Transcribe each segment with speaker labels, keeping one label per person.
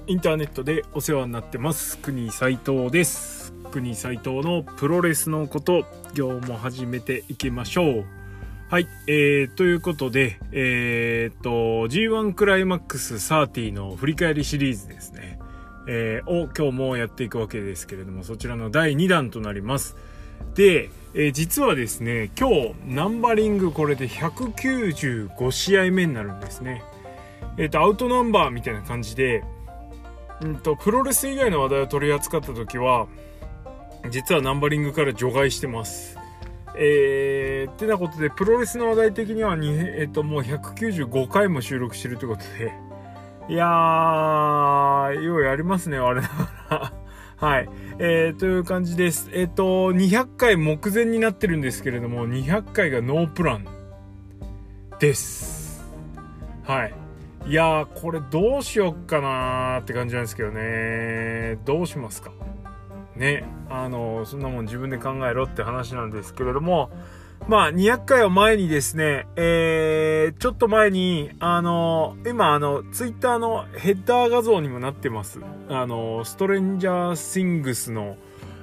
Speaker 1: インターネットでお世話になってます国斉藤です。国斉藤のプロレスのこと今日も始めていきましょう。はい、ということでG1 クライマックス30の振り返りシリーズですね、を今日もやっていくわけですけれども、そちらの第2弾となります。で、実はですね、今日ナンバリングこれで195試合目になるんですね。アウトナンバーみたいな感じで、プロレス以外の話題を取り扱った時は実はナンバリングから除外してます。ってなことでプロレスの話題的にはもう195回も収録してるということで、いやーようやりますね我ながらはい、という感じです。200回目前になってるんですけれども、200回がノープランです。はい、いやーこれどうしよっかなーって感じなんですけどね。どうしますかね。そんなもん自分で考えろって話なんですけれども、まあ200回を前にですね、ちょっと前に今ツイッターのヘッダー画像にもなってます、ストレンジャーシングスの、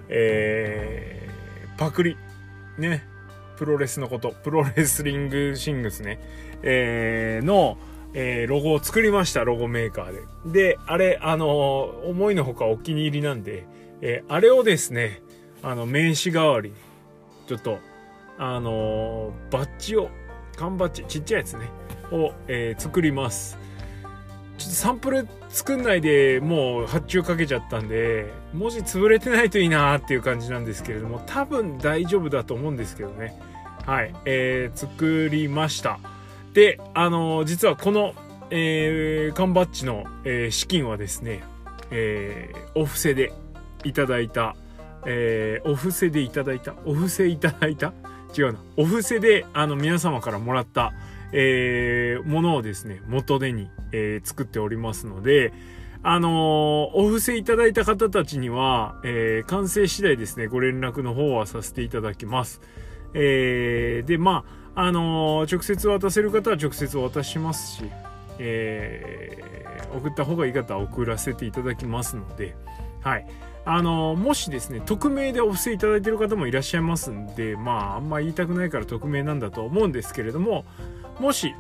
Speaker 1: パクリね、プロレスのこと、プロレスリングシングスね、のロゴを作りました。ロゴメーカーで。で、あれ、思いのほかお気に入りなんで、あれをですね、名刺代わりに、ちょっと、バッジを、缶バッジ、ちっちゃいやつね、を、作ります。ちょっとサンプル作んないでもう発注かけちゃったんで、文字潰れてないといいなーっていう感じなんですけれども、多分大丈夫だと思うんですけどね。はい、作りました。で、実はこの、缶バッジの、資金はですね、お布施でいただいた、お布施でいただいたお布施いただいた違うな。お布施で、皆様からもらった、ものをですね、元手に、作っておりますので、お布施いただいた方たちには、完成次第ですね、ご連絡の方はさせていただきます。で、まあ、直接渡せる方は直接お渡ししますし、送った方がいい方は送らせていただきますので、はい。もしですね、匿名でお布施いただいている方もいらっしゃいますんで、まあ、あんま言いたくないから匿名なんだと思うんですけれども、もし、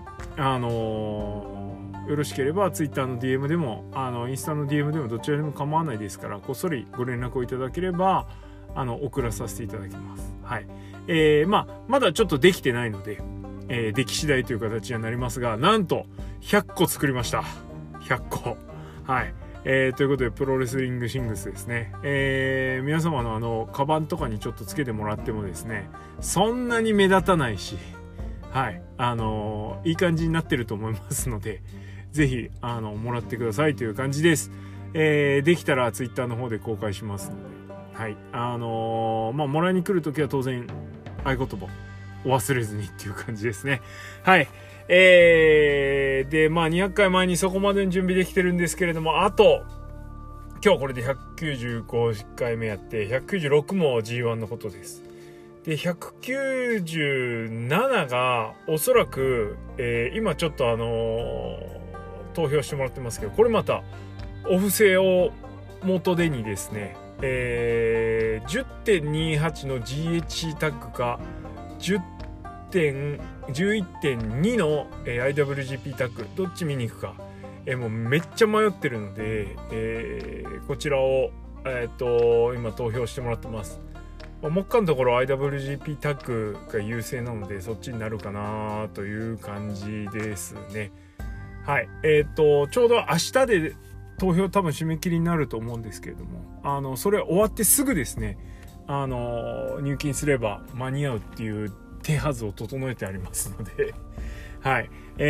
Speaker 1: よろしければ、ツイッターの DM でも、インスタの DM でもどちらでも構わないですから、こっそりご連絡をいただければ、送らさせていただきます。はい。まあ、まだちょっとできてないので、でき次第という形にはなりますが、なんと、100個作りました。100個。はい。ということでプロレスリングシングスですね、皆様のカバンとかにちょっとつけてもらってもですね、そんなに目立たないし、はい、いい感じになってると思いますので、ぜひもらってくださいという感じです。できたらツイッターの方で公開しますので、はい、まあもらいに来るときは当然合言葉お忘れずにっていう感じですね。はい。で、まあ200回前にそこまでの準備できてるんですけれども、あと、今日これで195回目やって、196も G1 のことです。で、197がおそらく、今ちょっと投票してもらってますけど、これまたお布施を元手にですね、10.28 の GH タッグか、11.2 の IWGP タッグ、どっち見に行くか、もうめっちゃ迷ってるので、こちらを、今投票してもらってます。目下のところ IWGP タッグが優勢なので、そっちになるかなという感じですね。はい。ちょうど明日で投票多分締め切りになると思うんですけれども、それ終わってすぐですね、入金すれば間に合うっていう手はずを整えてありますのではい、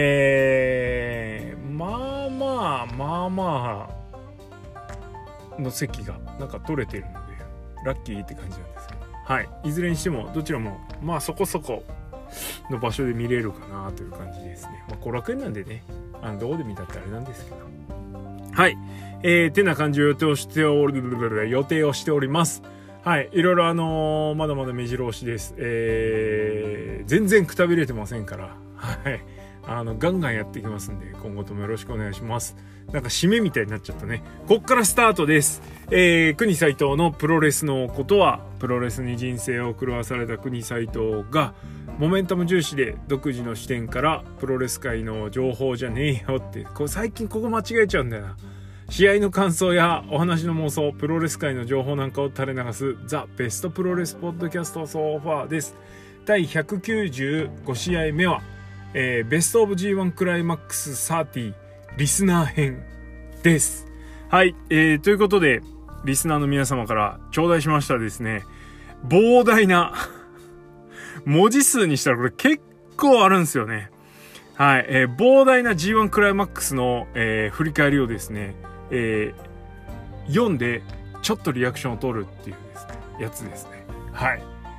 Speaker 1: まあの席がなんか取れてるのでラッキーって感じなんですけど、はい、いずれにしてもどちらもまあそこそこの場所で見れるかなという感じですね。まあ後楽園なんでね、どこで見たってあれなんですけど、はい、てな感じを予定をしております。はい、いろいろまだまだ目白押しです。全然くたびれてませんから、はい、 ガンガンやっていきますんで、今後ともよろしくお願いします。なんか締めみたいになっちゃったね。こっからスタートです。国斉藤のプロレスのことは、プロレスに人生を狂わされた国斉藤が、モメンタム重視で独自の視点からプロレス界の情報じゃねえよって、最近ここ間違えちゃうんだよな。試合の感想やお話の妄想、プロレス界の情報なんかを垂れ流すザ・ベストプロレスポッドキャストソファーです。第195試合目は、ベストオブ G1 クライマックス30リスナー編です。はい、ということでリスナーの皆様から頂戴しましたですね、膨大な文字数にしたらこれ結構あるんですよね。はい、膨大な G1 クライマックスの、振り返りをですね、読んでちょっとリアクションを取るっていうですね、やつですね。はい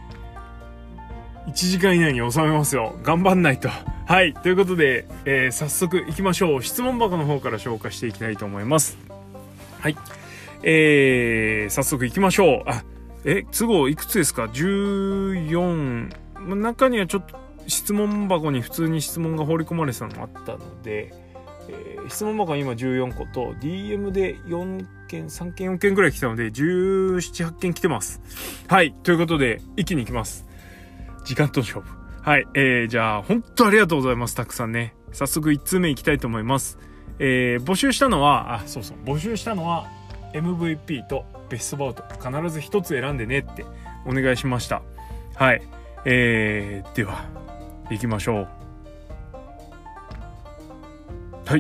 Speaker 1: 。1時間以内に収めますよ。頑張んないと。はい。ということで、早速行きましょう。質問箱の方から消化していきたいと思います。はい。早速行きましょう。都合いくつですか ?14。中にはちょっと質問箱に普通に質問が放り込まれてたのもあったので、質問箱は今14個と DM で4件3件4件ぐらい来たので17、8件来てます。はい。ということで一気に行きます。時間と勝負。はい。じゃあ本当ありがとうございます。たくさんね。早速1通目いきたいと思います。募集したのは募集したのは MVP とベストバウト必ず1つ選んでねってお願いしました。はい。では行きましょう。はい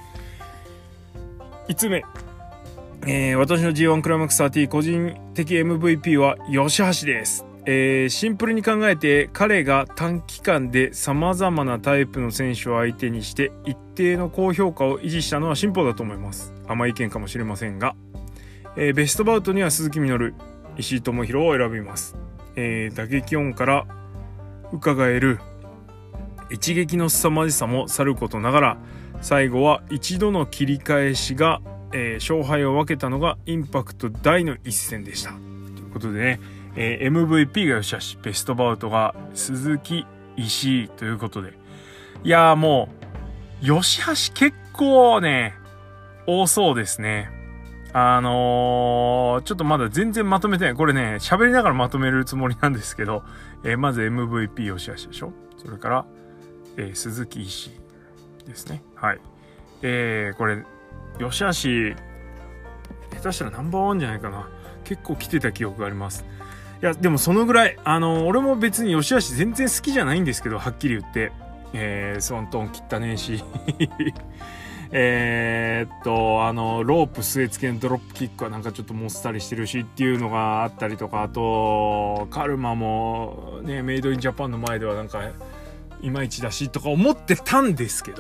Speaker 1: 。5つ目、私の G1 クライマックス30個人的 MVP は吉橋です。シンプルに考えて彼が短期間で様々なタイプの選手を相手にして一定の高評価を維持したのは進歩だと思います。甘い意見かもしれませんが、ベストバウトには鈴木みのる、石井智弘を選びます。打撃音から伺える一撃の凄まじさもさることながら、最後は一度の切り返しが、勝敗を分けたのがインパクト大の一戦でした。ということでね、MVP が吉橋、ベストバウトが鈴木、石井ということで、いやーもう吉橋結構ね多そうですね。ちょっとまだ全然まとめてない。これね喋りながらまとめるつもりなんですけど、まず MVP 吉橋でしょ。それから、鈴木、石井ですね。はい。これ吉橋下手したらナンバーワンじゃないかな。結構来てた記憶があります。いやでもそのぐらい俺も別に吉橋全然好きじゃないんですけど、はっきり言って、スワントン切ったねえしロープ据え付けのドロップキックはなんかちょっともっさりしてるしっていうのがあったりとか、あとカルマもねメイドインジャパンの前ではなんかいまいちだしとか思ってたんですけど、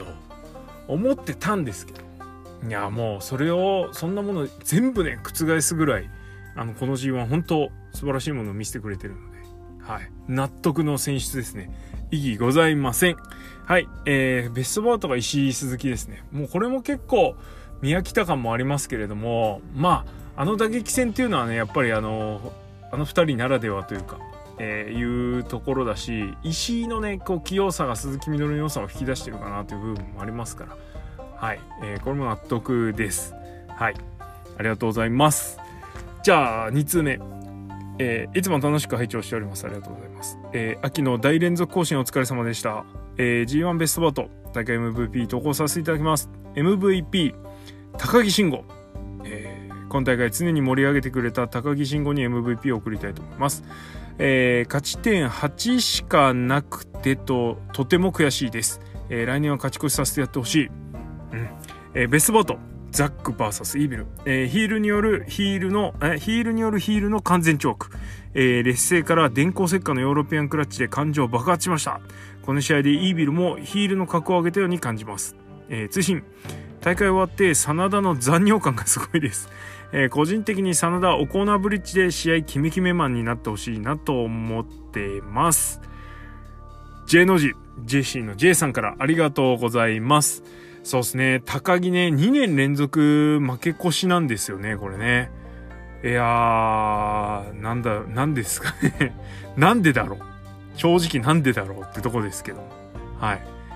Speaker 1: いやもうそんなもの全部ね覆すぐらいこの G1 本当素晴らしいものを見せてくれてるので、はい、納得の選出ですね。異議ございません。はい、ベストバウトが石井鈴木ですね。もうこれも結構宮北感もありますけれども、まあ打撃戦っていうのはねやっぱりあの二人ならではというか、いうところだし、石井のねこう器用さが鈴木みのるの良さを引き出してるかなという部分もありますから、はい、これも納得です。はい、ありがとうございます。じゃあ2通目、いつも楽しく拝聴しております。ありがとうございます。秋の大連続更新お疲れ様でした。G1 ベストバウト大会 MVP 投稿させていただきます。 MVP 高木慎吾、今大会常に盛り上げてくれた高木慎吾に MVP を送りたいと思います。勝ち点8しかなくてとても悔しいです。来年は勝ち越しさせてやってほしい。ベストバウトザック VS イービル、ヒールによるヒールの完全チョーク、劣勢から電光石火のヨーロピアンクラッチで感情爆発しました。この試合でイービルもヒールの格を上げたように感じます。追伸、大会終わって真田の残尿感がすごいです。個人的に真田オコーナーブリッジで試合キメキメマンになってほしいなと思ってます。 J の字ジェシーの J さんからありがとうございます。そうですね、高木ね2年連続負け越しなんですよね、これね。いやーなんですかねなんでだろう、正直なんでだろうってとこですけど、はい、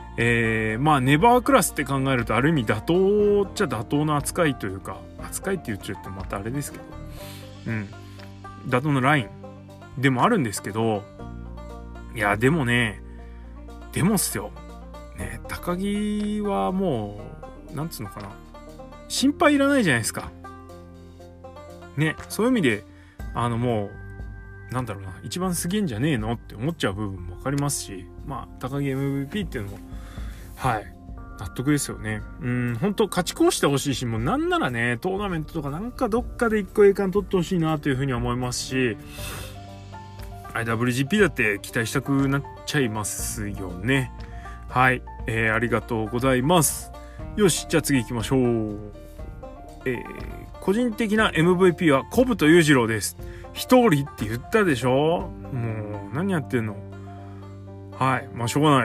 Speaker 1: まあネバークラスって考えるとある意味妥当っちゃ妥当な扱いというか、扱いって言っちゃうとまたあれですけど、妥当なラインでもあるんですけど、いやでもっすよね、高木はもうなんつうのかな、心配いらないじゃないですかね。そういう意味でもうなんだろうな、一番すげえんじゃねえのって思っちゃう部分も分かりますし、まあ高木 MVP っていうのも納得ですよね。本当勝ち越してほしいし、もうなんならねトーナメントとかなんかどっかで一個栄冠取ってほしいなというふうには思いますし、IWGP だって期待したくなっちゃいますよね。ありがとうございます。よし、じゃあ次行きましょう。個人的な MVP は小太裕次郎です。一人って言ったでしょ。もう何やってんの。まあしょうがない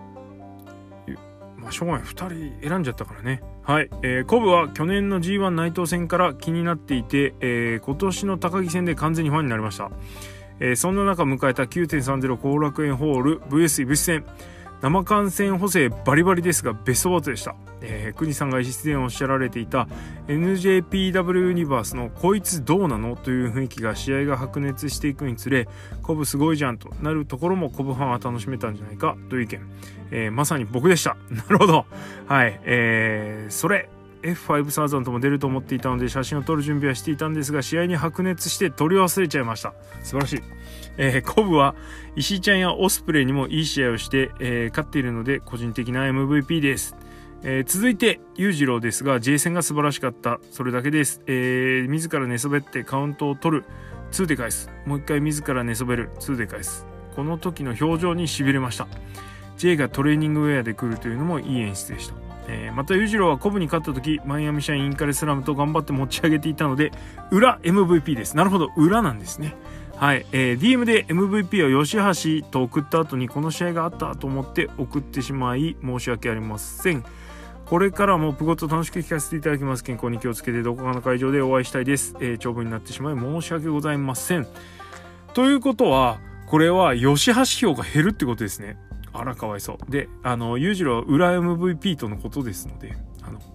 Speaker 1: 。2人選んじゃったからね。コブは去年の G1 内藤戦から気になっていて、今年の高木戦で完全にファンになりました。そんな中迎えた 9.30 後楽園ホール VS いぶし戦、生観戦補正バリバリですがベストバウトでした。国さんが出演をおっしゃられていた NJPW ユニバースのこいつどうなのという雰囲気が試合が白熱していくにつれ、コブすごいじゃんとなるところもコブファンは楽しめたんじゃないかという意見、まさに僕でした。なるほど。それF5000 とも出ると思っていたので写真を撮る準備はしていたんですが、試合に白熱して撮り忘れちゃいました。素晴らしい。コブは石井ちゃんやオスプレイにもいい試合をして、勝っているので個人的な MVP です。続いて裕次郎ですが J 戦が素晴らしかった、それだけです。自ら寝そべってカウントを取る、2で返す、もう一回自ら寝そべる、2で返す、この時の表情に痺れました。 J がトレーニングウェアで来るというのもいい演出でした。また裕次郎はコブに勝った時マイアミ社員インカレスラムと頑張って持ち上げていたので裏 MVP です。なるほど、裏なんですね。DM で MVP を吉橋と送った後にこの試合があったと思って送ってしまい申し訳ありません。これからもプゴッと楽しく聞かせていただきます。健康に気をつけてどこかの会場でお会いしたいです。長文になってしまい申し訳ございません。ということはこれは吉橋票が減るってことですね。あらかわいそうで、裕次郎は裏 MVP とのことですので、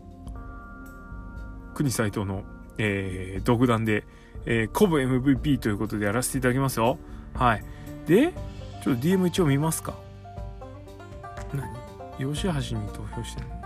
Speaker 1: 国斉藤の、独断で、コブ MVP ということでやらせていただきますよ。でちょっと DM 一応見ますか。吉橋に投票してる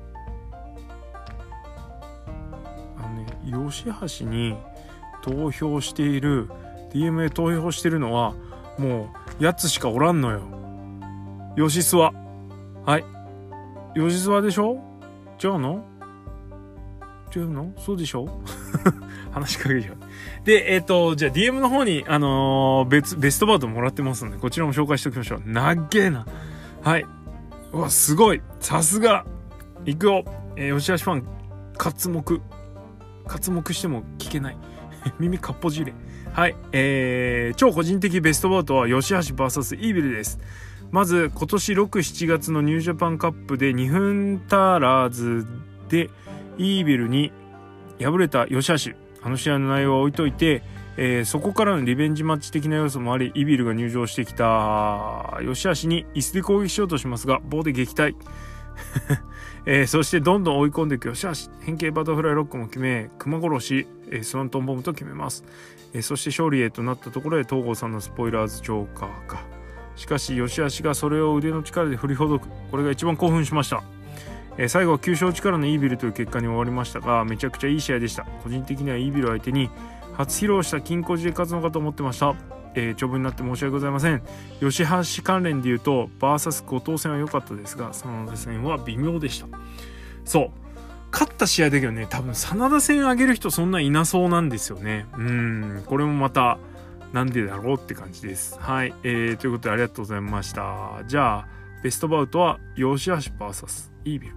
Speaker 1: の、吉橋に投票している DM で投票してるのはもうやつしかおらんのよ。吉諏訪。吉諏訪でしょ。違うのそうでしょ話しかけちゃう。で、じゃあ DM の方に、ベストバウトもらってますので、こちらも紹介しておきましょう。なっげーな。うわ、すごい。さすが。いくよ。吉橋ファン、刮目しても聞けない。耳かっぽじれ。超個人的ベストバウトは吉橋 VS イービルです。まず今年6、7月のニュージャパンカップで2分足らずでイービルに敗れた吉橋、あの試合の内容は置いといて、そこからのリベンジマッチ的な要素もありイービルが入場してきた吉橋に椅子で攻撃しようとしますが棒で撃退そしてどんどん追い込んでいく吉橋、変形バタフライロックも決め熊殺し、スワントンボムと決めます。そして勝利へとなったところで東郷さんのスポイラーズジョーカーか。しかし吉橋がそれを腕の力で振りほどく、これが一番興奮しました。最後は9勝力のイービルという結果に終わりましたがめちゃくちゃいい試合でした。個人的にはイービル相手に初披露した金庫寺で勝つのかと思ってました。長文になって申し訳ございません。吉橋関連で言うと VS 後藤戦は良かったですが真田戦は微妙でした。そう勝った試合だけどね、多分真田戦上げる人そんないなそうなんですよね。これもまたなんでだろうって感じです。ということでありがとうございました。じゃあベストバウトは吉橋 VS イービル、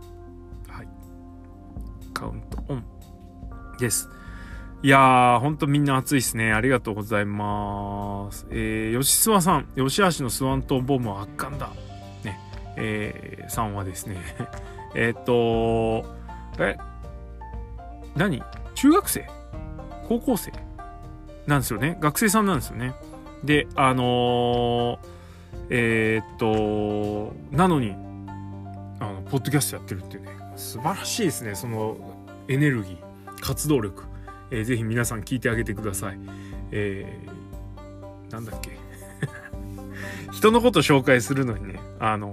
Speaker 1: カウントオンです。いやーほんとみんな熱いですね。ありがとうございます。吉諏訪さん、吉橋のスワントンボムは圧巻だね。さんはですね何中学生高校生なんですよね。学生さんなんですよね。でなのにポッドキャストやってるっていうね、素晴らしいですね。そのエネルギー、活動力、ぜひ皆さん聞いてあげてください。なんだっけ人のこと紹介するのにね、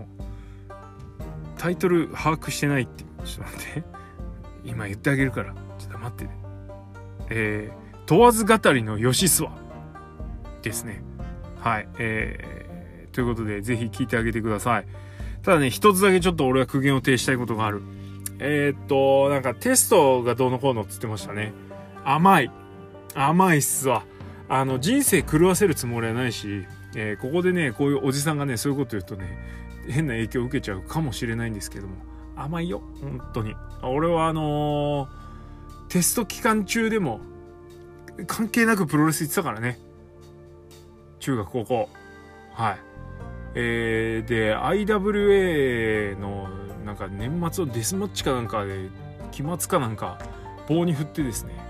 Speaker 1: タイトル把握してないって、ちょっと待って、今言ってあげるから、ちょっと待ってね。問わず語りの吉諏訪ですね。はい、ということでぜひ聞いてあげてください。ただね、一つだけちょっと俺は苦言を呈したいことがある。なんかテストがどうのこうのって言ってましたね。甘いっすわ。人生狂わせるつもりはないし、ここでね、こういうおじさんがね、そういうこと言うとね、変な影響を受けちゃうかもしれないんですけども、甘いよ、本当に。俺はテスト期間中でも関係なくプロレス行ってたからね。中学高校。はい。で IWA のなんか年末のデスマッチかなんかで期末かなんか棒に振ってですね、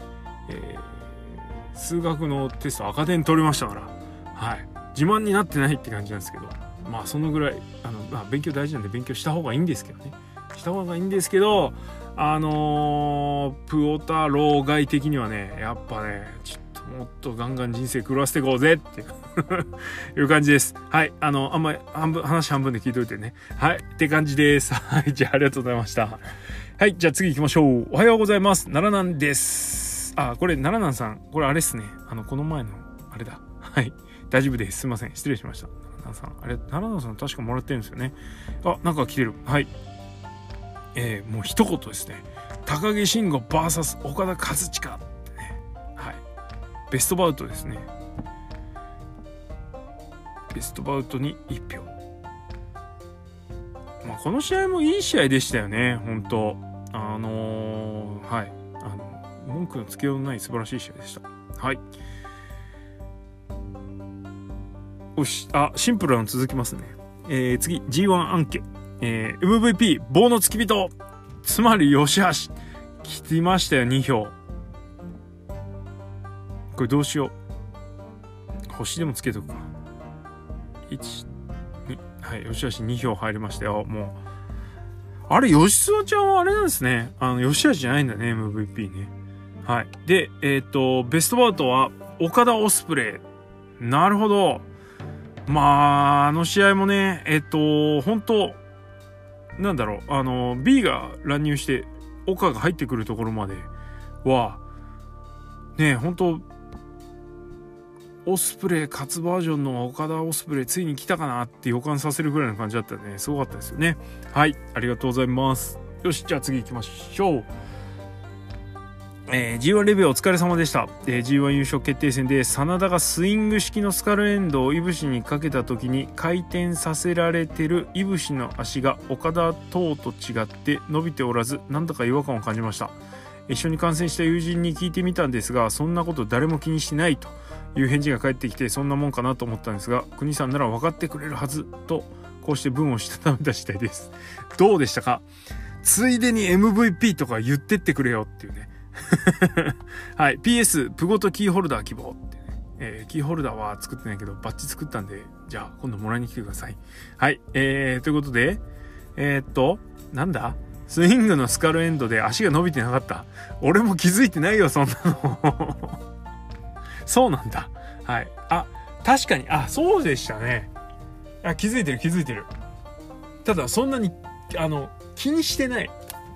Speaker 1: 数学のテスト赤点取りましたから、はい、自慢になってないって感じなんですけど、まあそのぐらい勉強大事なんで勉強した方がいいんですけどね、プオタ老害的にはね、やっぱね、ちょっともっとガンガン人生狂わせていこうぜっていう感じです。はい、あんまり話半分で聞いといてね。はい、って感じです。はい、じゃあありがとうございました。はい、じゃあ次行きましょう。おはようございます。奈良南です。これ奈良南さん、これあれっすね。この前のあれだ。はい、大丈夫です。すいません、失礼しました。奈良南さん、奈良南さん確かもらってるんですよね。なんか来てる。はい。もう一言ですね。高木慎吾 VS 岡田和親ってね。はい。ベストバウトですね。ベストバウトに1票。まあこの試合もいい試合でしたよね。本当。はい。文句のつけようのない素晴らしい試合でした。はい。よし。シンプルなの続きますね。次 G1 アンケ。MVP 棒の付き人、つまり吉橋来ましたよ。2票。これどうしよう。星でもつけとくか。1、2、はい、吉橋2票入りましたよ。もうあれ、吉諏訪ちゃんはあれなんですね。吉橋じゃないんだね、 MVP ね。はい。でベストバウトは岡田オスプレイ。なるほど。まあ試合もね、本当なんだろう、B が乱入して岡が入ってくるところまではね、本当オスプレイ初バージョンの岡田オスプレイついに来たかなって予感させるぐらいの感じだったね。すごかったですよね。はい、ありがとうございます。よし、じゃあ次行きましょう。G1 レビューお疲れ様でした。G1 優勝決定戦で真田がスイング式のスカルエンドをいぶしにかけた時に回転させられてるいぶしの足が岡田等と違って伸びておらず、なんだか違和感を感じました。一緒に観戦した友人に聞いてみたんですが、そんなこと誰も気にしてないという返事が返ってきて、そんなもんかなと思ったんですが、国さんなら分かってくれるはずと、こうして文をしたためた次第です。どうでしたか？ついでに MVP とか言ってってくれよっていうね。はい。PS プゴとキーホルダー希望ってね、キーホルダーは作ってないけどバッジ作ったんで、じゃあ今度もらいに来てください。はい。ということでなんだ、スイングのスカルエンドで足が伸びてなかった。俺も気づいてないよ、そんなの。そうなんだ。はい。確かに、そうでしたね。気づいてる。ただそんなに気にしてない。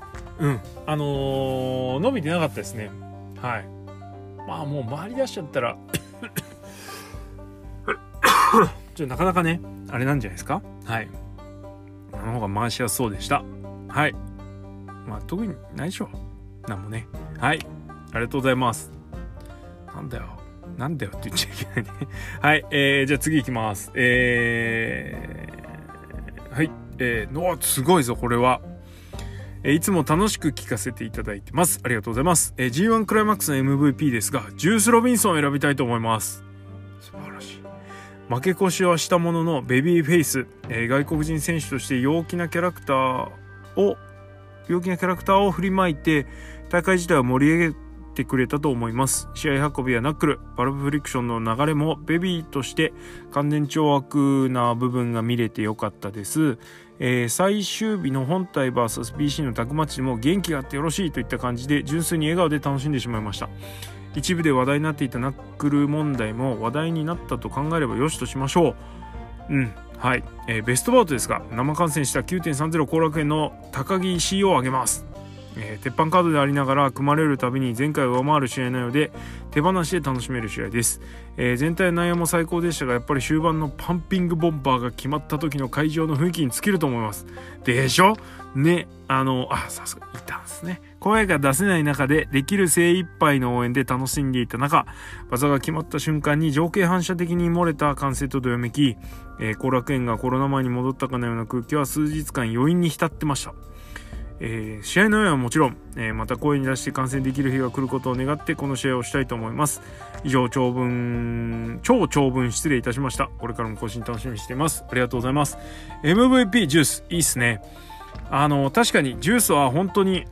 Speaker 1: 伸びてなかったですね。はい。まあもう回り出しちゃったらなかなかね、あれなんじゃないですか。はい。の方が回しやすそうでした。はい。まあ特にないでしょ。なんもね。はい。ありがとうございます。なんだよって言っちゃいけないね。はい。じゃあ次行きます。はい。すごいぞ、これは。いつも楽しく聞かせていただいてます。ありがとうございます。G1 クライマックスの MVP ですが、ジュース・ロビンソンを選びたいと思います。素晴らしい。負け越しはしたものの、ベビーフェイス、外国人選手として陽気なキャラクターを振りまいて、大会自体を盛り上げってくれたと思います。試合運びやナックル、バルブフリクションの流れもベビーとして完全懲悪な部分が見れてよかったです。最終日の本体 vs BC のタッグマッチでも元気があってよろしいといった感じで純粋に笑顔で楽しんでしまいました。一部で話題になっていたナックル問題も話題になったと考えればよしとしましょう。はい、ベストバウトですが、生観戦した 9.30 後楽園の高木 CO を挙げます。鉄板カードでありながら組まれるたびに前回を上回る試合内容で手放しで楽しめる試合です。全体の内容も最高でしたが、やっぱり終盤のパンピングボンバーが決まった時の会場の雰囲気に尽きると思います。でしょね。さすがいたんですね。声が出せない中でできる精一杯の応援で楽しんでいた中、技が決まった瞬間に情景反射的に漏れた歓声とどよめき、後楽園がコロナ前に戻ったかのような空気は数日間余韻に浸ってました。試合の上はもちろん、また声に出して観戦できる日が来ることを願ってこの試合をしたいと思います。以上、超長文失礼いたしました。これからも更新楽しみにしています。ありがとうございます。 MVP ジュースいいっすね。確かにジュースは本当に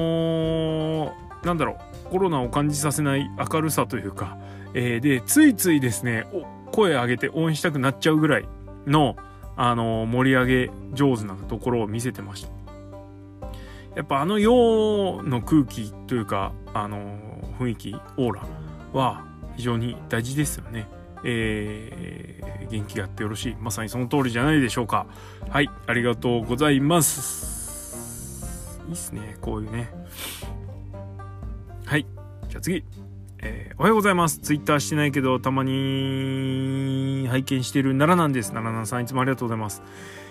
Speaker 1: コロナを感じさせない明るさというか、でついついですね声上げて応援したくなっちゃうぐらいの盛り上げ上手なところを見せてました。やっぱ世の空気というか雰囲気オーラは非常に大事ですよね。元気があってよろしい、まさにその通りじゃないでしょうか。はい、ありがとうございます。いいっすね、こういうね。はい、じゃあ次、おはようございます。ツイッターしてないけどたまに拝見している奈良なんです。奈良なんさんいつもありがとうございます。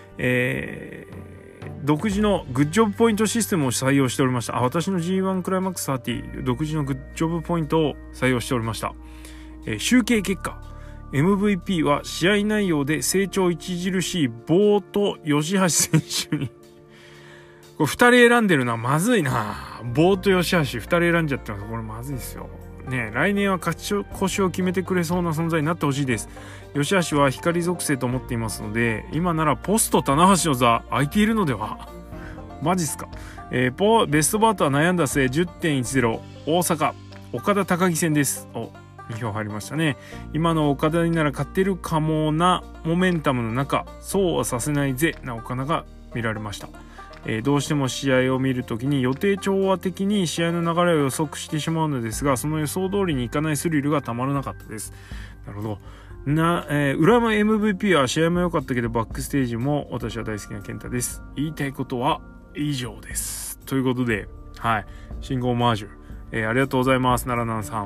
Speaker 1: 独自のグッジョブポイントシステムを採用しておりました。私の G1 クライマックス30独自のグッジョブポイントを採用しておりました。集計結果、 MVP は試合内容で成長著しいボート吉橋選手にこれ2人選んでるのはまずいな。ボート吉橋2人選んじゃってます。これまずいですよね。来年は勝ち越しを決めてくれそうな存在になってほしいです。吉橋は光属性と思っていますので、今ならポスト棚橋の座空いているのでは。マジっすか。ベストバートは悩んだ末 10.10 大阪岡田高木戦です。2票入りましたね。今の岡田になら勝てるかもなモメンタムの中、そうはさせないぜな岡田が見られました。どうしても試合を見るときに予定調和的に試合の流れを予測してしまうのですが、その予想通りにいかないスリルがたまらなかったです。なるほど。浦和 MVP は試合も良かったけどバックステージも私は大好きな健太です。言いたいことは以上です。ということで、はい、信号オマージュ、ありがとうございます。奈良南さん。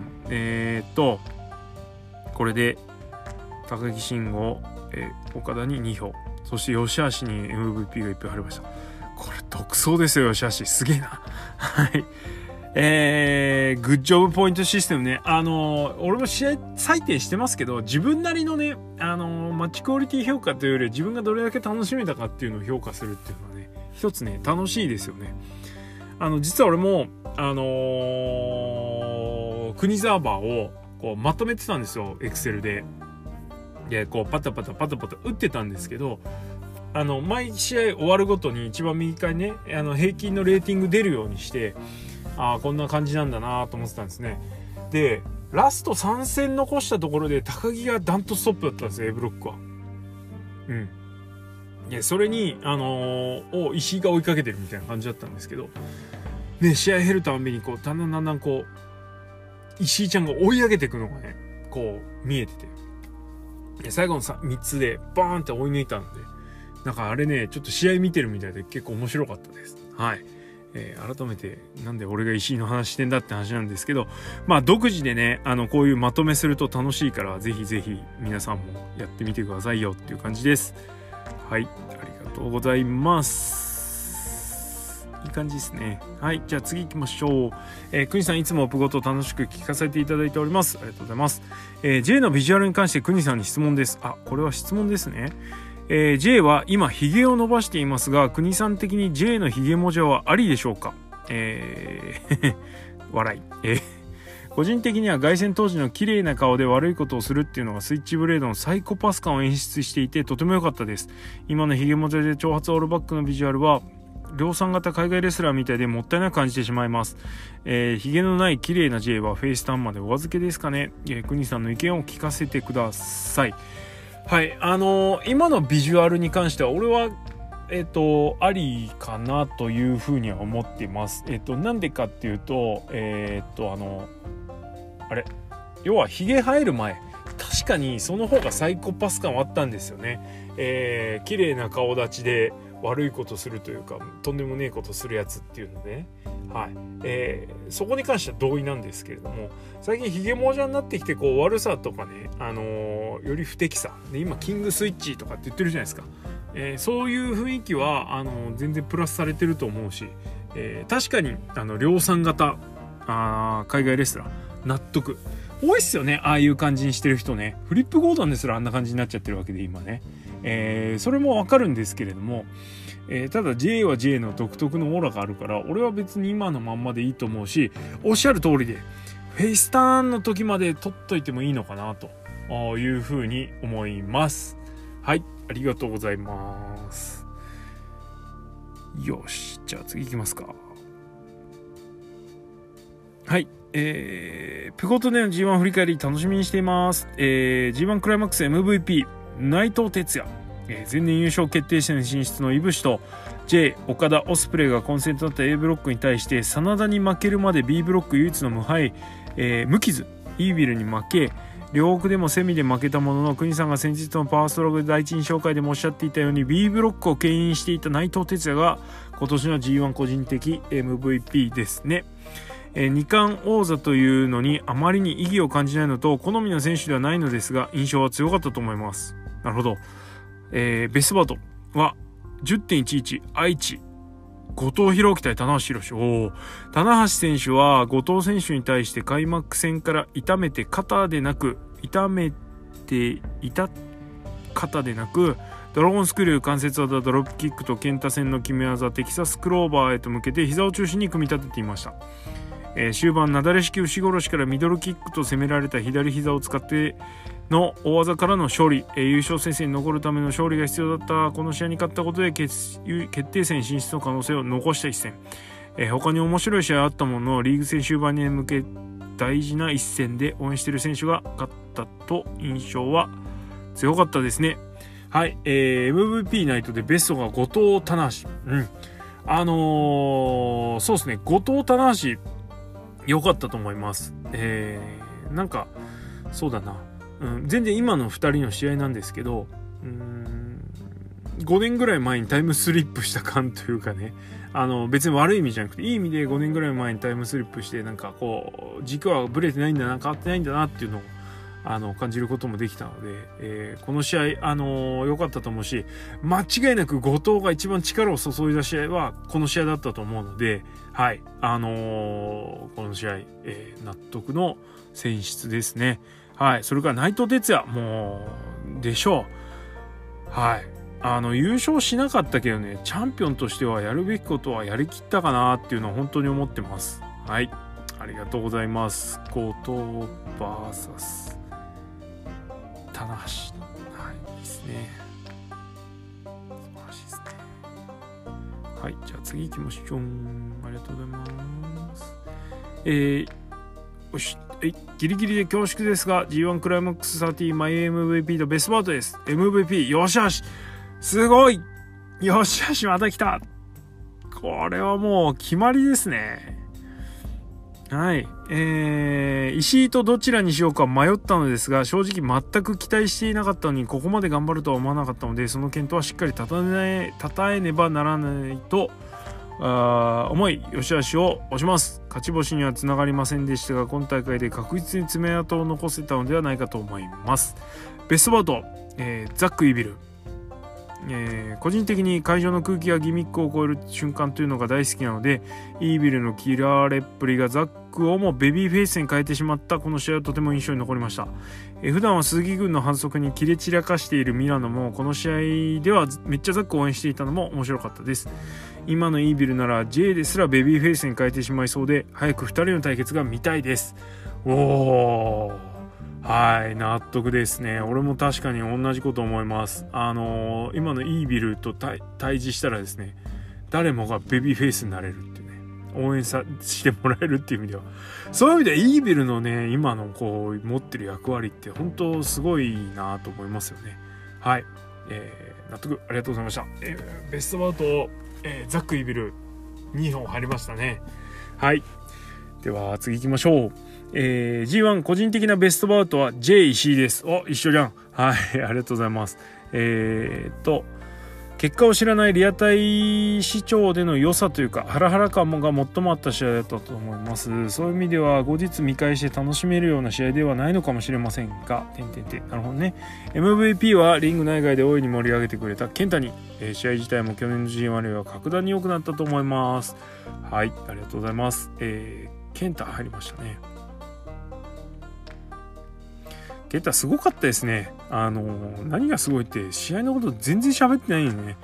Speaker 1: これで高木慎吾、岡田に2票、そして吉橋に MVP が1票入りました。これ独走ですよ、吉橋。すげえな。はい。グッジョブポイントシステムね。俺も試合採点してますけど、自分なりのね、マッチクオリティ評価というより自分がどれだけ楽しめたかっていうのを評価するっていうのはね、一つね、楽しいですよね。実は俺も、国ザーバーをこうまとめてたんですよ、エクセルで。で、こうパタパタ打ってたんですけど、毎試合終わるごとに一番右側にね、平均のレーティング出るようにして、こんな感じなんだなと思ってたんですね。で、ラスト3戦残したところで高木がダントツトップだったんですよ、A ブロックは。で、それに、石井が追いかけてるみたいな感じだったんですけど、ね、試合減るたびにこうだんだんこう石井ちゃんが追い上げていくのがね、こう見えてて、で最後の3つでバーンって追い抜いたんで、なんかあれね、ちょっと試合見てるみたいで結構面白かったです。はい。改めてなんで俺が石井の話してんだって話なんですけど、まあ独自でね、こういうまとめすると楽しいから、ぜひぜひ皆さんもやってみてくださいよっていう感じです。はい、ありがとうございます。いい感じですね。はい、じゃあ次行きましょう。国さんいつもオプごと楽しく聞かせていただいております。ありがとうございます。J のビジュアルに関して国さんに質問です。これは質問ですね。J は今ヒゲを伸ばしていますが、国さん的に J のヒゲもじゃはありでしょうか。笑い。個人的には凱旋当時の綺麗な顔で悪いことをするっていうのがスイッチブレードのサイコパス感を演出していてとても良かったです。今のヒゲもじゃで長髪オールバックのビジュアルは量産型海外レスラーみたいでもったいなく感じてしまいます。ヒゲのない綺麗な J はフェイスターンまでお預けですかね。国さんの意見を聞かせてください。はい、今のビジュアルに関しては俺はありかなというふうには思っています。なんでかっていうと要はヒゲ生える前、確かにその方がサイコパス感はあったんですよね。綺麗な顔立ちで悪いことするというか、とんでもねえことするやつっていうのでね、はい、そこに関しては同意なんですけれども、最近ヒゲモジャになってきてこう悪さとかね、より不適さで、今キングスイッチとかって言ってるじゃないですか。そういう雰囲気は全然プラスされてると思うし、確かに量産型海外レスラー納得多いっすよね。ああいう感じにしてる人ね。フリップゴードンですらあんな感じになっちゃってるわけで今ね、それもわかるんですけれども、ただ J は J の独特のオーラがあるから、俺は別に今のまんまでいいと思うし、おっしゃる通りでフェイスターンの時まで取っといてもいいのかなというふうに思います。はい、ありがとうございます。よし、じゃあ次行きますか。はい、プコトでの G1 振り返り楽しみにしています。G1 クライマックス MVP 内藤哲也、前年優勝決定戦進出のイブシと J 岡田オスプレイが混戦となった A ブロックに対して、真田に負けるまで B ブロック唯一の無敗、無傷イービルに負け、両国でもセミで負けたものの、国さんが先日のパワーストラグ第一印象会でもおっしゃっていたように B ブロックを牽引していた内藤哲也が今年の G1 個人的 MVP ですね。二冠王座というのにあまりに意義を感じないのと、好みの選手ではないのですが印象は強かったと思います。なるほど。ベストバートは 10.11 愛知後藤弘樹対棚橋宏。棚橋選手は後藤選手に対して開幕戦から痛めて肩でなくドラゴンスクリュー関節技ドロップキックとケンタ戦の決め技テキサスクローバーへと向けて膝を中心に組み立てていました。終盤なだれ式牛殺しからミドルキックと攻められた左膝を使っての大技からの勝利、優勝戦線に残るための勝利が必要だったこの試合に勝ったことで決定戦進出の可能性を残した一戦、他に面白い試合あったもののリーグ戦終盤に向け大事な一戦で応援している選手が勝ったと印象は強かったですね。はい、MVP ナイトでベストが後藤棚橋、そうですね、後藤棚橋良かったと思います。なんかそうだな、全然今の2人の試合なんですけど、5年ぐらい前にタイムスリップした感というかね、別に悪い意味じゃなくていい意味で5年ぐらい前にタイムスリップして、なんかこう軸はブレてないんだな、変わってないんだなっていうのを感じることもできたので、この試合良かったと思うし、間違いなく後藤が一番力を注いだ試合はこの試合だったと思うので、はい、この試合、納得の選出ですね。はい、それから内藤哲也もうでしょう。はい、優勝しなかったけどね、チャンピオンとしてはやるべきことはやりきったかなっていうのは本当に思ってます。はい、ありがとうございます。後藤 VS棚橋、はい、ですね。素晴らしいですね。はい、じゃあ次行きましょう。ありがとうございます。よし、ギリギリで恐縮ですが G1 クライマックス30マイ MVP とベストバートです。 MVP よしよし、すごい、よしよし、また来た。これはもう決まりですね。はい、石井とどちらにしようか迷ったのですが、正直全く期待していなかったのにここまで頑張るとは思わなかったので、その検討はしっかりたたえねばならないと思い、よしあしを押します。勝ち星にはつながりませんでしたが、今大会で確実に爪痕を残せたのではないかと思います。ベストバウト、ザックイービル、個人的に会場の空気やギミックを超える瞬間というのが大好きなので、イービルのキラーレップリがザックをもベビーフェイスに変えてしまったこの試合はとても印象に残りました。普段は鈴木軍の反則に切れ散らかしているミラノもこの試合ではめっちゃザックを応援していたのも面白かったです。今のイービルなら J ですらベビーフェイスに変えてしまいそうで、早く2人の対決が見たいです。おー、はい、納得ですね。俺も確かに同じこと思います。今のイービルと対峙したらですね、 誰もがベビーフェイスになれるっていうね、応援してもらえるっていう意味では、そういう意味ではイービルのね今のこう持ってる役割って本当すごいなと思いますよね。はい、納得ありがとうございました。ベストバウト、ザックイービル2本入りましたね。はい、では次行きましょう。G1 個人的なベストバウトは J 石井です。お、一緒じゃん。はい、ありがとうございます。結果を知らないリアタイ視聴での良さというかハラハラ感が最もあった試合だったと思います。そういう意味では後日見返して楽しめるような試合ではないのかもしれませんが、なるほどね。 MVP はリング内外で大いに盛り上げてくれた健太に、試合自体も去年の G1 よりは格段に良くなったと思います。はい、ありがとうございます。健太入りましたね。ケンタすごかったですね。何がすごいって試合のこと全然喋ってないよね。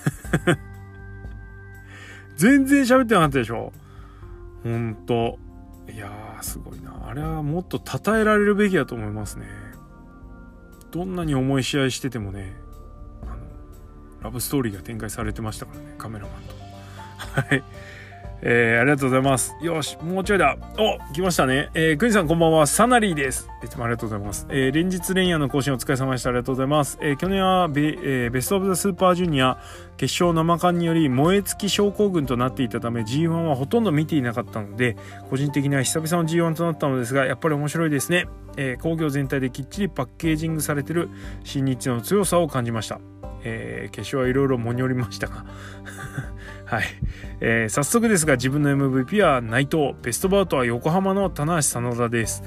Speaker 1: 全然喋ってなかったでしょ。ほんと。いやーすごいな。あれはもっと称えられるべきだと思いますね。どんなに重い試合しててもね、ラブストーリーが展開されてましたからね、カメラマンと。はい。ありがとうございます。よし、もうちょいだ。お、来ましたね。クニさんこんばんは、サナリーです。いつもありがとうございます。連日連夜の更新お疲れ様でした。ありがとうございます。去年はベストオブザスーパージュニア決勝生観により燃え尽き症候群となっていたため G1 はほとんど見ていなかったので、個人的には久々の G1 となったのですが、やっぱり面白いですね。工業全体できっちりパッケージングされている新日の強さを感じました。決勝はいろいろもにょりましたがはい、早速ですが自分の MVP は内藤、ベストバウトは横浜の棚橋真田です。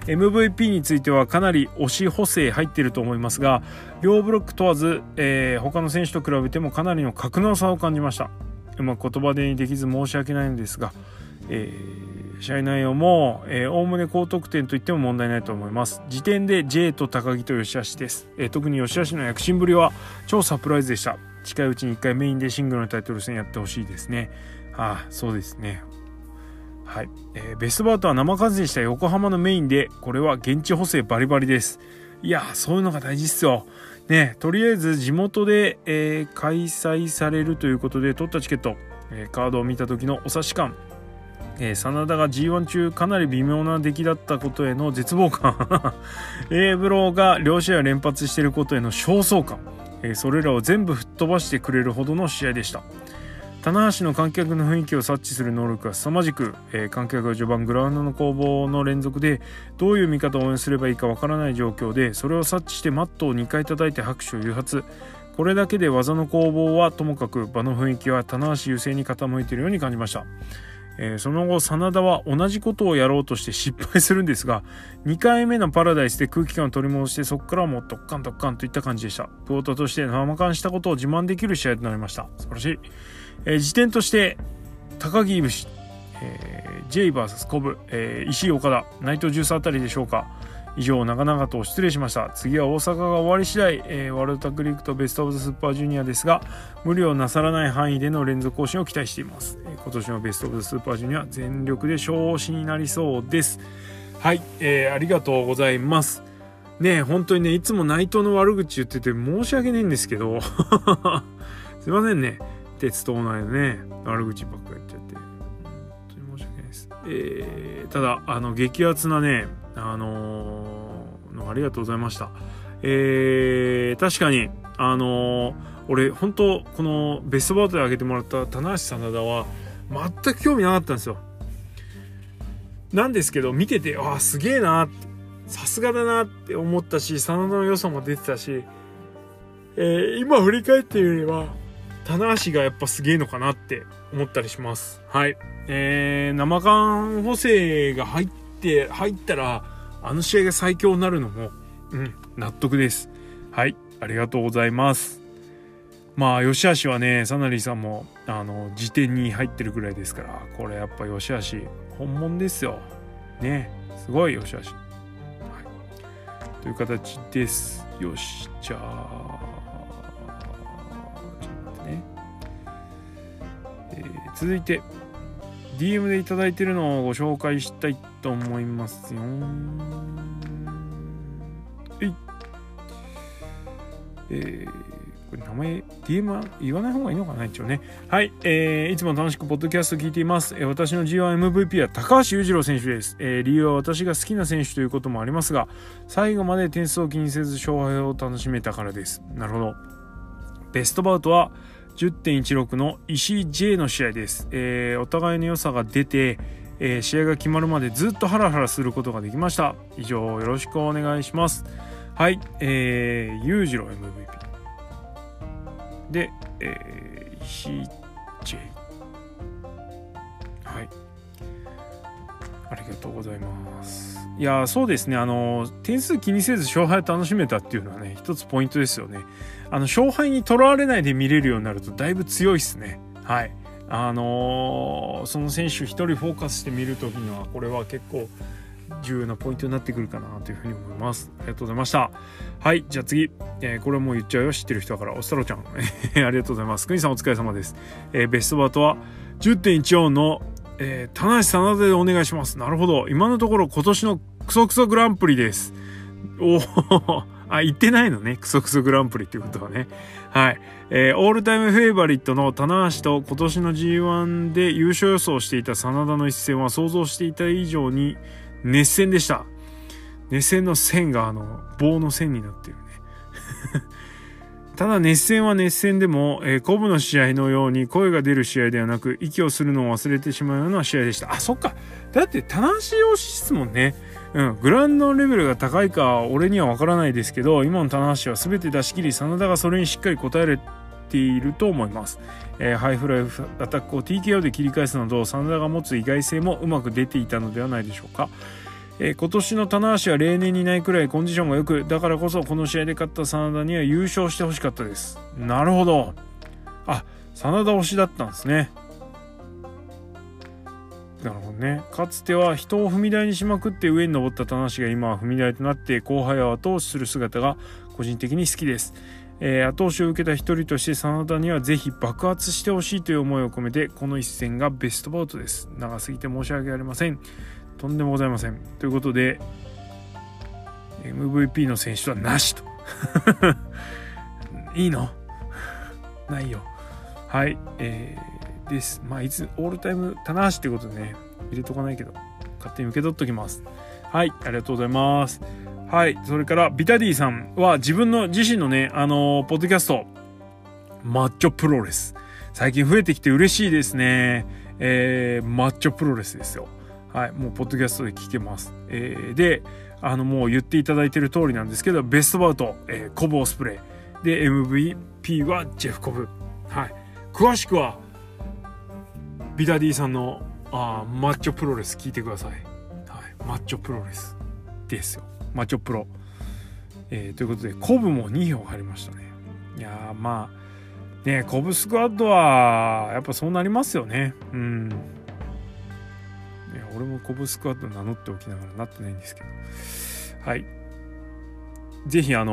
Speaker 1: MVP についてはかなり推し補正入っていると思いますが、両ブロック問わず、他の選手と比べてもかなりの格の差を感じました。うまく言葉でできず申し訳ないのですが、試合内容もおおむね高得点といっても問題ないと思います。時点で J と高木と吉橋です。特に吉橋の躍進ぶりは超サプライズでした。近いうちに1回メインでシングルのタイトル戦やってほしいですね。そうですね。はい、ベストバウトは生観戦した横浜のメインで、これは現地補正バリバリです。いやそういうのが大事っすよね。とりあえず地元で、開催されるということで取ったチケット、カードを見た時のお察し感、真田が G1 中かなり微妙な出来だったことへの絶望感A ブローが両試合連発していることへの焦燥感、それらを全部吹っ飛ばしてくれるほどの試合でした。棚橋の観客の雰囲気を察知する能力が凄まじく、観客が序盤グラウンドの攻防の連続でどういう見方を応援すればいいかわからない状況で、それを察知してマットを2回叩いて拍手を誘発。これだけで技の攻防はともかく場の雰囲気は棚橋優勢に傾いているように感じました。その後真田は同じことをやろうとして失敗するんですが、2回目のパラダイスで空気感を取り戻して、そこからもドッカンドッカンといった感じでした。プローターとして生観したことを自慢できる試合となりました。素晴らしい。時点として高木いぶし、J vs コブ、石井岡田、内藤重曹あたりでしょうか。以上長々と失礼しました。次は大阪が終わり次第、ワールドタッグリーグとベストオブザスーパージュニアですが、無理をなさらない範囲での連続更新を期待しています。今年のベストオブザスーパージュニア全力で勝負になりそうです。はい、ありがとうございますね。本当にね、いつも内藤の悪口言ってて申し訳ないんですけどすいませんね、鉄塔内のね悪口ばっかり言っちゃって本当に申し訳ないです。ただ激アツなねありがとうございました。確かに俺本当このベストバウトで挙げてもらった棚橋真田は全く興味なかったんですよ。なんですけど見ててすげえな、さすがだなって思ったし、真田の良さも出てたし、今振り返ってみれば棚橋がやっぱすげえのかなって思ったりします。はい、生観補正が入ったらあの試合が最強になるのも納得です。はい、ありがとうございます。吉橋はね、サナリーさんも辞典に入ってるぐらいですから、これやっぱ吉橋本物ですよね。すごい吉橋、という形です。よし、じゃあちょっと待ってね、続いて DM でいただいているのをご紹介したいと思いますよ。 これ名前 DM は言わない方がいいのかな、一応ね。はい、いつも楽しくポッドキャスト聞いています。私の G1MVP は高橋裕次郎選手です。理由は私が好きな選手ということもありますが、最後まで点数を気にせず勝敗を楽しめたからです。なるほど。ベストバウトは 10.16 の石井 J の試合です。お互いの良さが出て、試合が決まるまでずっとハラハラすることができました。以上よろしくお願いします。はい、裕次郎 MVP で、石井 J、 はい、ありがとうございます。いやそうですね、点数気にせず勝敗を楽しめたっていうのはね、一つポイントですよね。勝敗にとらわれないで見れるようになるとだいぶ強いですね。はい、その選手一人フォーカスして見るときにはこれは結構重要なポイントになってくるかなというふうに思います。ありがとうございました。はい、じゃあ次、これはもう言っちゃうよ、知ってる人だから。おスタロちゃんありがとうございます。くにさんお疲れ様です。ベストバウトは 10.14 の、棚橋真田でお願いします。なるほど、今のところ今年のクソクソグランプリです。おお言ってないのね、クソクソグランプリっていうことはね。はい、オールタイムフェイバリットの棚橋と今年の G1 で優勝予想していた真田の一戦は想像していた以上に熱戦でした。熱戦の線が棒の線になってるねただ熱戦は熱戦でも、コブの試合のように声が出る試合ではなく、息をするのを忘れてしまうような試合でした。あ、そっか、だって棚橋推し質問ね。グラウンドのレベルが高いか俺には分からないですけど、今の棚橋は全て出し切り、真田がそれにしっかり応えれていると思います。ハイフライアタックを TKO で切り返すなど、真田が持つ意外性もうまく出ていたのではないでしょうか。今年の棚橋は例年にないくらいコンディションが良く、だからこそこの試合で勝った真田には優勝してほしかったです。なるほど。あ、真田推しだったんですね。なるほどね。かつては人を踏み台にしまくって上に登った棚橋が今は踏み台となって後輩を後押しする姿が個人的に好きです。後押しを受けた一人として真田にはぜひ爆発してほしいという思いを込めて、この一戦がベストバウトです。長すぎて申し訳ありません。とんでもございません。ということで MVP の選手はなしといいのないよ。はい、です。まあいつオールタイム棚橋ってことでね、入れとかないけど勝手に受け取っときます。はい、ありがとうございます。はい、それからビタディさんは自身のねポッドキャストマッチョプロレス、最近増えてきて嬉しいですね。マッチョプロレスですよ。はい、もうポッドキャストで聞けます。で、もう言っていただいている通りなんですけど、ベストバウト、コブオスプレイで MVP はジェフコブ。はい、詳しくはビダディさんのマッチョプロレス聞いてください。はい、マッチョプロレスですよ。マッチョプロ、ということでコブも2票入りましたね。いやまあね、コブスクワッドはやっぱそうなりますよね。俺もコブスクワッド名乗っておきながらなってないんですけど、はい、ぜひ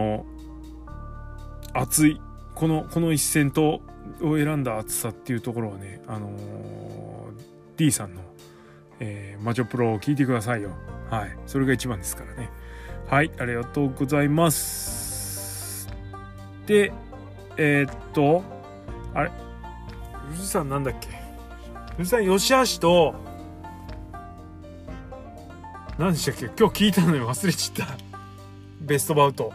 Speaker 1: 熱いこの一戦を選んだ熱さっていうところはね、D さんの、マチョプロを聞いてくださいよ。はい、それが一番ですからね。はい、ありがとうございます。であれ藤さんなんだっけ、藤さん吉橋と何でしたっけ、今日聞いたのに忘れちゃった。ベストバウト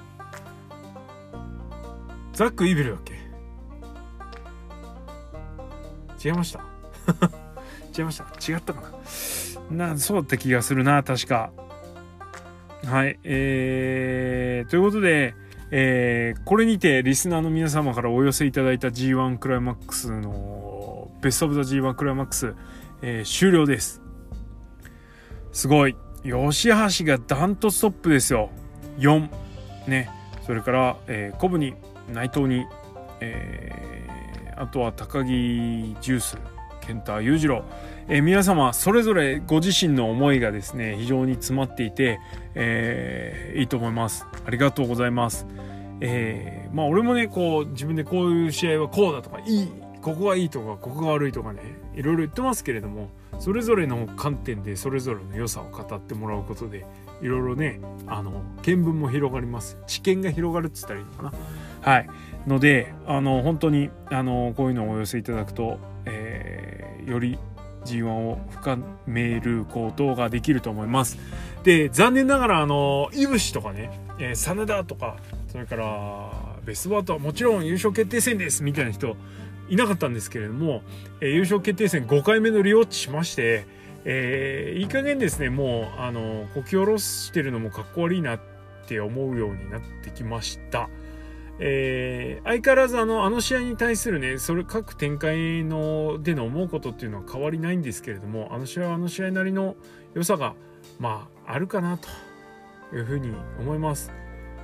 Speaker 1: ザック・イーベルだっけ、違いました違ったかな、そうだった気がするな、確か。はい、ということで、これにてリスナーの皆様からお寄せいただいた G1 クライマックスのベストオブザ G1 クライマックス、終了です。すごい、吉橋がダントツトップですよ。4ね。それから、コブに内藤に、あとは高木ジュース、健太裕次郎、皆様それぞれご自身の思いがですね非常に詰まっていて、いいと思います。ありがとうございます。まあ俺もねこう自分でこういう試合はこうだとか、ここがいいとかここが悪いとかね、いろいろ言ってますけれども、それぞれの観点でそれぞれの良さを語ってもらうことでいろいろね、見聞も広がります。知見が広がるって言ったらいいのかな。はい。ので、本当に、こういうのをお寄せいただくと、より G1 を深めることができると思います。で、残念ながら、いぶしとかね、真田とか、それから、ベストバウトはもちろん優勝決定戦ですみたいな人いなかったんですけれども、優勝決定戦5回目のリウォッチしまして、いい加減ですね、もうこき下ろしてるのもかっこ悪いなって思うようになってきました。相変わらずあの試合に対するね、それ各展開のでの思うことっていうのは変わりないんですけれども、あの試合はあの試合なりの良さがまああるかなというふうに思います。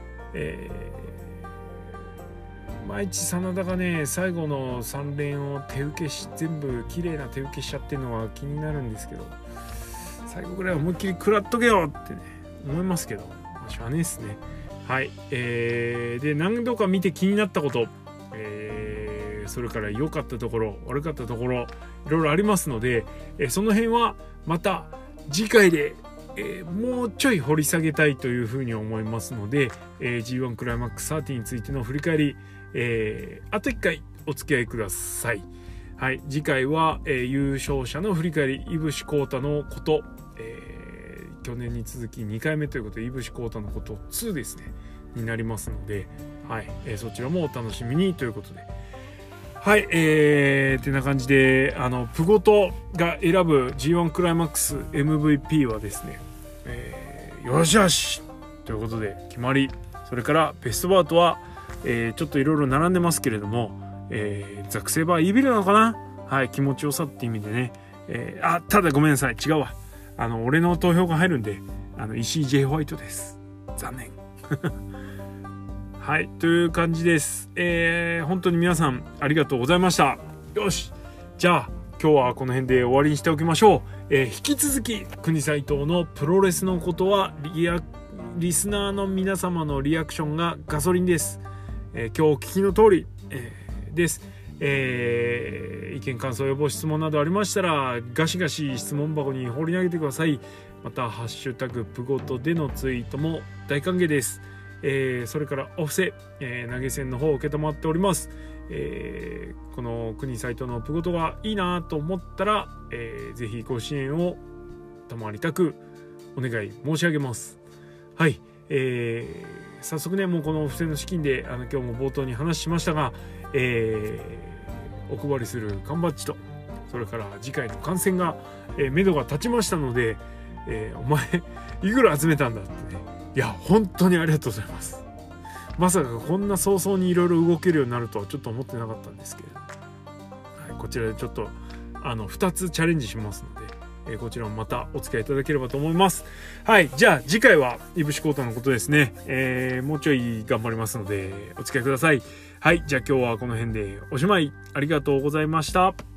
Speaker 1: 毎日真田がね、最後の3連を手受けし、全部綺麗な手受けしちゃってるのは気になるんですけど、最後ぐらい思いっきり食らっとけよってね思いますけど、しょうがねえですね。はい、で何度か見て気になったこと、それから良かったところ悪かったところいろいろありますので、その辺はまた次回で、もうちょい掘り下げたいというふうに思いますので、G1 クライマックス30についての振り返り、あと1回お付き合いください。はい、次回は、優勝者の振り返り、井伏浩太のこと、去年に続き2回目ということで、井伏浩太のこと2ですねになりますので、はい、そちらもお楽しみにということで、はい、ってな感じで、プゴトが選ぶ G1 クライマックス MVP はですね、よしよしということで決まり。それからベストバウトは、ちょっといろいろ並んでますけれども、ザクセイバーイービルなのかな。はい、気持ちよさって意味でね、ただごめんなさい、違うわ。俺の投票が入るんで、石井 J ホワイトです。残念。はい、という感じです。本当に皆さんありがとうございました。よし、じゃあ今日はこの辺で終わりにしておきましょう。引き続き国斉藤のプロレスのことはリスナーの皆様のリアクションがガソリンです。今日お聞きの通り、です。意見感想予防質問などありましたらガシガシ質問箱に放り投げてください。またハッシュタグプゴトでのツイートも大歓迎です。それからお布施、投げ銭の方を受け止まっております。この国サイトのプゴトがいいなと思ったら、ぜひご支援を賜りたくお願い申し上げます。はい、早速ね、もうこのお布施の資金で今日も冒頭に話しましたが、お配りする缶バッジと、それから次回の観戦が、目処が立ちましたので、お前いくら集めたんだってね、いや本当にありがとうございます。まさかこんな早々にいろいろ動けるようになるとはちょっと思ってなかったんですけれど、はい、こちらでちょっと2つチャレンジしますので、こちらもまたお付き合いいただければと思います。はい、じゃあ次回は井伏浩太のことですね。もうちょい頑張りますのでお付き合いください。はい、じゃあ今日はこの辺でおしまい。ありがとうございました。